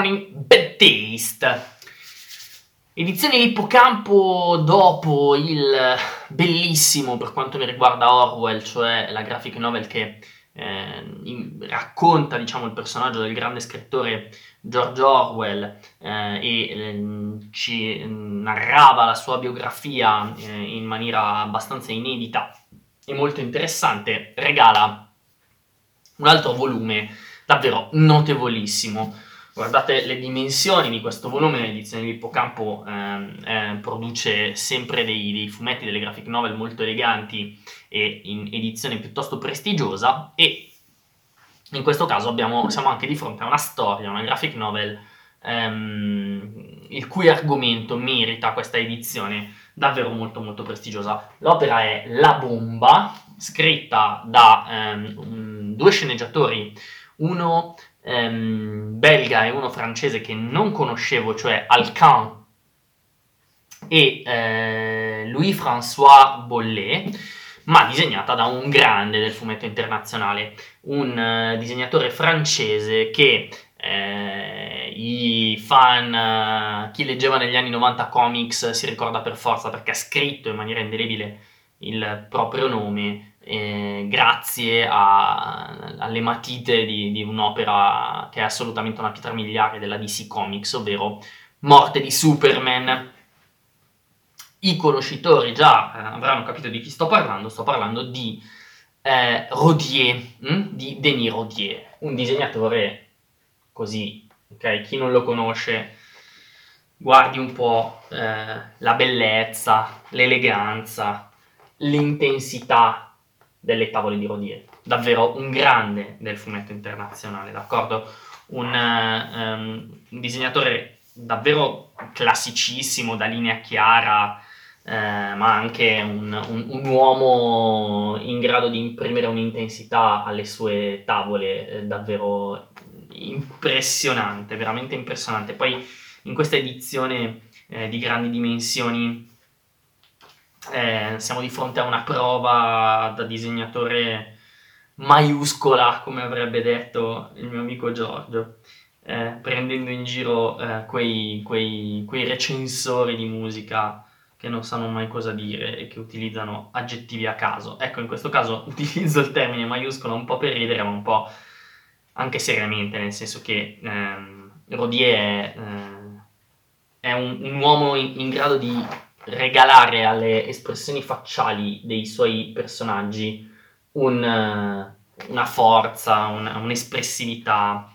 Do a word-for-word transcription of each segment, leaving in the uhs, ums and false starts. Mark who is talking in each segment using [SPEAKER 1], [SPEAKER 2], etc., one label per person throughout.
[SPEAKER 1] Morning Bad Taste. Edizione Ippocampo dopo il bellissimo, per quanto mi riguarda, Orwell, cioè la graphic novel che eh, in, racconta, diciamo, il personaggio del grande scrittore George Orwell eh, e eh, ci narrava la sua biografia eh, in maniera abbastanza inedita e molto interessante. Regala un altro volume davvero notevolissimo. Guardate le dimensioni di questo volume. L'edizione di Ippocampo ehm, eh, produce sempre dei, dei fumetti, delle graphic novel molto eleganti e in edizione piuttosto prestigiosa, e in questo caso abbiamo, siamo anche di fronte a una storia, una graphic novel ehm, il cui argomento merita questa edizione davvero molto molto prestigiosa. L'opera è La Bomba, scritta da ehm, um, due sceneggiatori, uno ehm, belga e uno francese che non conoscevo, cioè Alcan e eh, Louis-François Bollet, ma disegnata da un grande del fumetto internazionale, un uh, disegnatore francese che eh, i fan, uh, chi leggeva negli anni novanta comics si ricorda per forza, perché ha scritto in maniera indelebile il proprio nome eh, grazie a, alle matite di, di un'opera che è assolutamente una pietra miliare della D C Comics, ovvero Morte di Superman. I conoscitori già eh, avranno capito di chi sto parlando. Sto parlando di eh, Rodier, hm? di Denis Rodier, un disegnatore così, ok? Chi non lo conosce, guardi un po' eh, la bellezza, l'eleganza, l'intensità delle tavole di Rodier. Davvero un grande del fumetto internazionale, d'accordo? Un, uh, um, un disegnatore davvero classicissimo, da linea chiara, eh, ma anche un, un, un uomo in grado di imprimere un'intensità alle sue tavole eh, davvero impressionante, veramente impressionante. Poi in questa edizione eh, di grandi dimensioni eh, siamo di fronte a una prova da disegnatore maiuscola, come avrebbe detto il mio amico Giorgio, eh, prendendo in giro eh, quei, quei, quei recensori di musica che non sanno mai cosa dire e che utilizzano aggettivi a caso. Ecco, in questo caso utilizzo il termine maiuscola un po' per ridere, ma un po' anche seriamente, nel senso che ehm, Rodier è, eh, è un, un uomo in, in grado di regalare alle espressioni facciali dei suoi personaggi un, uh, una forza, un, un'espressività,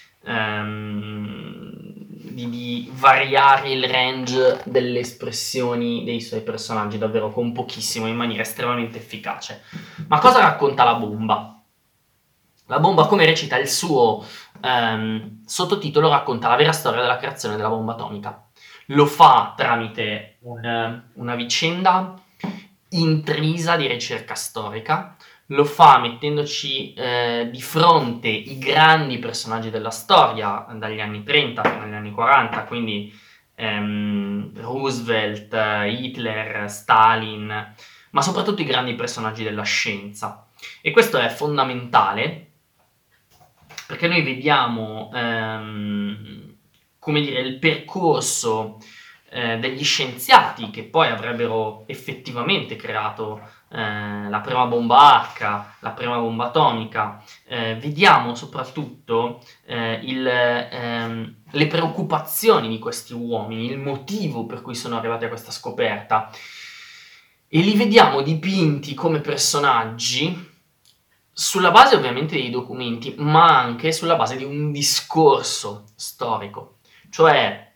[SPEAKER 1] um, di, di variare il range delle espressioni dei suoi personaggi davvero con pochissimo, in maniera estremamente efficace. Ma cosa racconta La Bomba? La Bomba, come recita il suo um, sottotitolo, racconta la vera storia della creazione della bomba atomica. Lo fa tramite un, una vicenda intrisa di ricerca storica, lo fa mettendoci eh, di fronte i grandi personaggi della storia dagli anni trenta fino agli anni quaranta, quindi ehm, Roosevelt, Hitler, Stalin, ma soprattutto i grandi personaggi della scienza. E questo è fondamentale perché noi vediamo ehm, come dire, il percorso eh, degli scienziati che poi avrebbero effettivamente creato eh, la prima bomba H, la prima bomba atomica. Eh, vediamo soprattutto eh, il, ehm, le preoccupazioni di questi uomini, il motivo per cui sono arrivati a questa scoperta, e li vediamo dipinti come personaggi sulla base ovviamente dei documenti, ma anche sulla base di un discorso storico. Cioè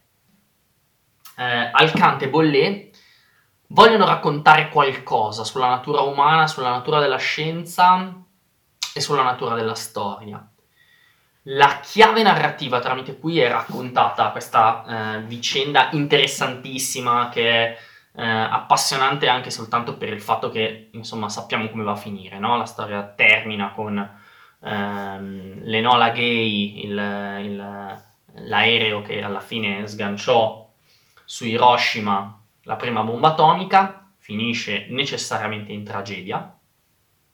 [SPEAKER 1] eh, Alcante e Bollet vogliono raccontare qualcosa sulla natura umana, sulla natura della scienza e sulla natura della storia. La chiave narrativa tramite cui è raccontata questa eh, vicenda interessantissima, che è eh, appassionante anche soltanto per il fatto che, insomma, sappiamo come va a finire, no? La storia termina con ehm, l'Enola Gay, il, il, l'aereo che alla fine sganciò su Hiroshima la prima bomba atomica, finisce necessariamente in tragedia.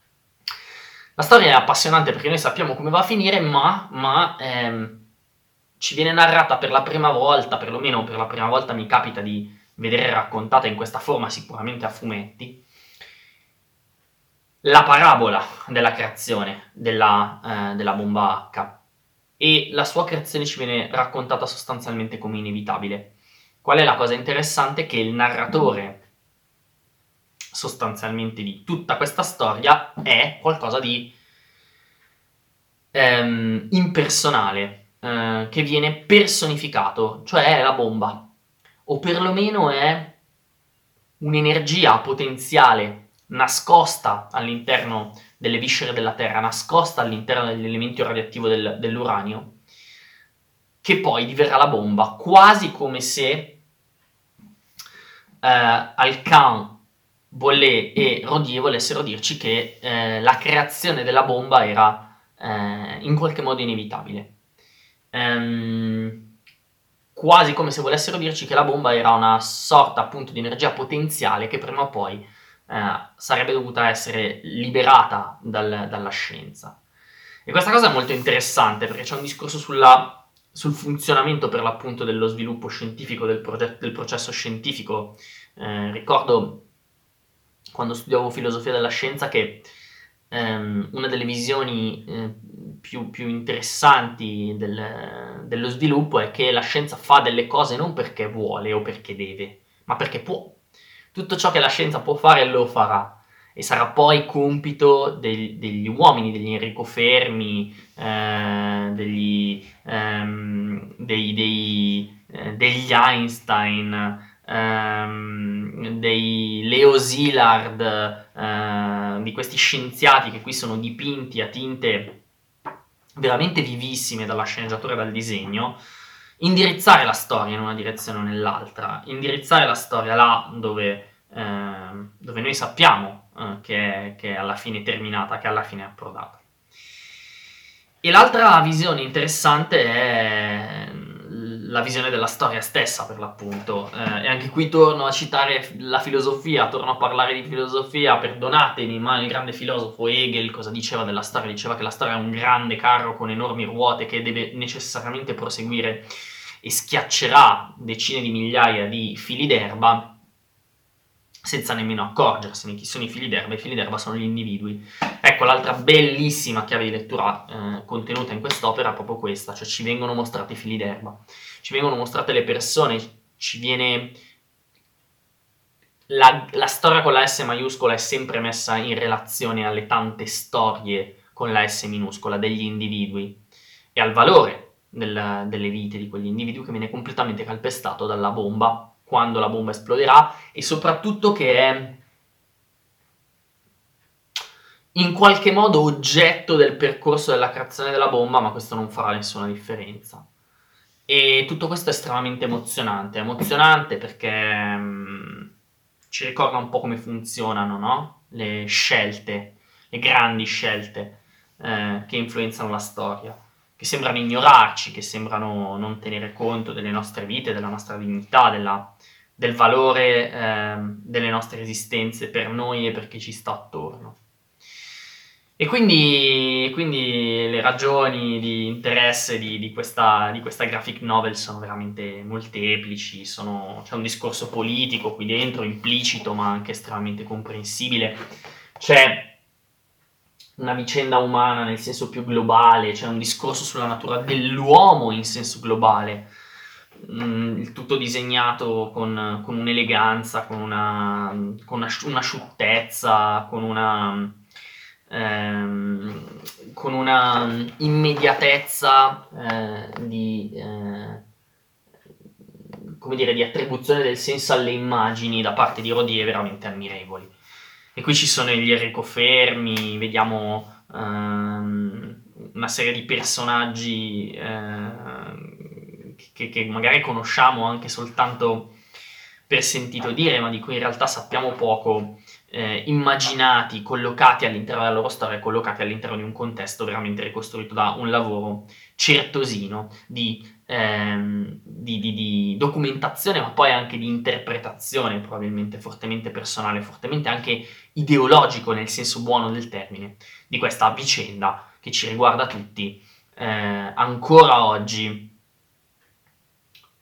[SPEAKER 1] La storia è appassionante perché noi sappiamo come va a finire, ma, ma ehm, ci viene narrata per la prima volta, perlomeno per la prima volta mi capita di vedere raccontata in questa forma, sicuramente a fumetti, la parabola della creazione della, eh, della bomba H, e la sua creazione ci viene raccontata sostanzialmente come inevitabile. Qual è la cosa interessante? Che il narratore sostanzialmente di tutta questa storia è qualcosa di ehm, impersonale, eh, che viene personificato, cioè è la bomba, o perlomeno è un'energia potenziale nascosta all'interno delle viscere della Terra, nascosta all'interno dell'elemento radioattivo del, dell'uranio, che poi diverrà la bomba, quasi come se eh, Alcan, Bollé e Rodier volessero dirci che eh, la creazione della bomba era eh, in qualche modo inevitabile. Ehm, quasi come se volessero dirci che la bomba era una sorta appunto di energia potenziale che prima o poi eh, sarebbe dovuta essere liberata dal, dalla scienza. E questa cosa è molto interessante perché c'è un discorso sulla, sul funzionamento per l'appunto dello sviluppo scientifico, del, progetto, del processo scientifico. Eh, ricordo quando studiavo filosofia della scienza che ehm, una delle visioni eh, più, più interessanti del, dello sviluppo è che la scienza fa delle cose non perché vuole o perché deve, ma perché può. Tutto ciò che la scienza può fare lo farà e sarà poi compito del, degli uomini, degli Enrico Fermi, eh, degli, ehm, dei, dei, eh, degli Einstein, ehm, dei Leo Szilard, eh, di questi scienziati che qui sono dipinti a tinte veramente vivissime dalla sceneggiatura e dal disegno, indirizzare la storia in una direzione o nell'altra, indirizzare la storia là dove, eh, dove noi sappiamo eh, che, è, che è alla fine terminata, che alla fine è approdata. E l'altra visione interessante è la visione della storia stessa, per l'appunto. Eh, e anche qui torno a citare la filosofia, torno a parlare di filosofia, perdonatemi, ma il grande filosofo Hegel cosa diceva della storia? Diceva che la storia è un grande carro con enormi ruote che deve necessariamente proseguire e schiaccerà decine di migliaia di fili d'erba senza nemmeno accorgersene. Chi sono i fili d'erba? I fili d'erba sono gli individui. Ecco, l'altra bellissima chiave di lettura eh, contenuta in quest'opera è proprio questa, cioè ci vengono mostrati i fili d'erba, ci vengono mostrate le persone, ci viene... La, la storia con la S maiuscola è sempre messa in relazione alle tante storie con la S minuscola degli individui e al valore del, delle vite di quegli individui che viene completamente calpestato dalla bomba quando la bomba esploderà, e soprattutto che è in qualche modo oggetto del percorso della creazione della bomba, ma questo non farà nessuna differenza. E tutto questo è estremamente emozionante, emozionante perché mh, ci ricorda un po' come funzionano, no? Le scelte, le grandi scelte eh, che influenzano la storia, che sembrano ignorarci, che sembrano non tenere conto delle nostre vite, della nostra dignità, della, del valore eh, delle nostre esistenze per noi e per chi ci sta attorno. E quindi, quindi le ragioni di interesse di, di, questa, di questa graphic novel sono veramente molteplici, sono, c'è un discorso politico qui dentro, implicito ma anche estremamente comprensibile, c'è una vicenda umana nel senso più globale, c'è un discorso sulla natura dell'uomo in senso globale, mm, il tutto disegnato con, con un'eleganza, con una, con una, un'asciuttezza, con una... Ehm, con una immediatezza eh, di, eh, come dire, di attribuzione del senso alle immagini da parte di Rodier veramente ammirevoli. E qui ci sono gli Enrico Fermi, vediamo ehm, una serie di personaggi eh, che, che magari conosciamo anche soltanto per sentito dire, ma di cui in realtà sappiamo poco, eh, immaginati, collocati all'interno della loro storia, collocati all'interno di un contesto veramente ricostruito da un lavoro certosino di, ehm, di, di, di documentazione, ma poi anche di interpretazione, probabilmente fortemente personale, fortemente anche ideologico nel senso buono del termine, di questa vicenda che ci riguarda tutti eh, ancora oggi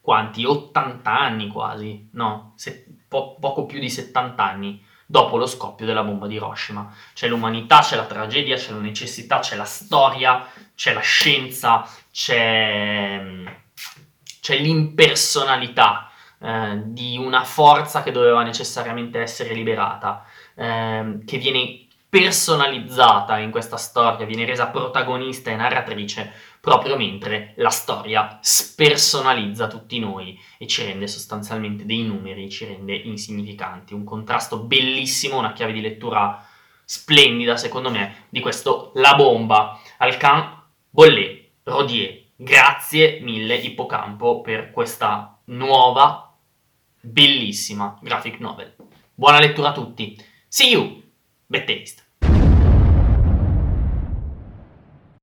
[SPEAKER 1] quanti? ottanta anni quasi, no? Se, po- poco più di settanta anni dopo lo scoppio della bomba di Hiroshima. C'è l'umanità, c'è la tragedia, c'è la necessità, c'è la storia, c'è la scienza, c'è, c'è l'impersonalità eh, di una forza che doveva necessariamente essere liberata, eh, che viene personalizzata in questa storia, viene resa protagonista e narratrice proprio mentre la storia spersonalizza tutti noi e ci rende sostanzialmente dei numeri, ci rende insignificanti. Un contrasto bellissimo, una chiave di lettura splendida, secondo me, di questo La bomba, Alcan Bollé, Rodier. Grazie mille Ippocampo per questa nuova, bellissima graphic novel. Buona lettura a tutti. See you, Bad Taste.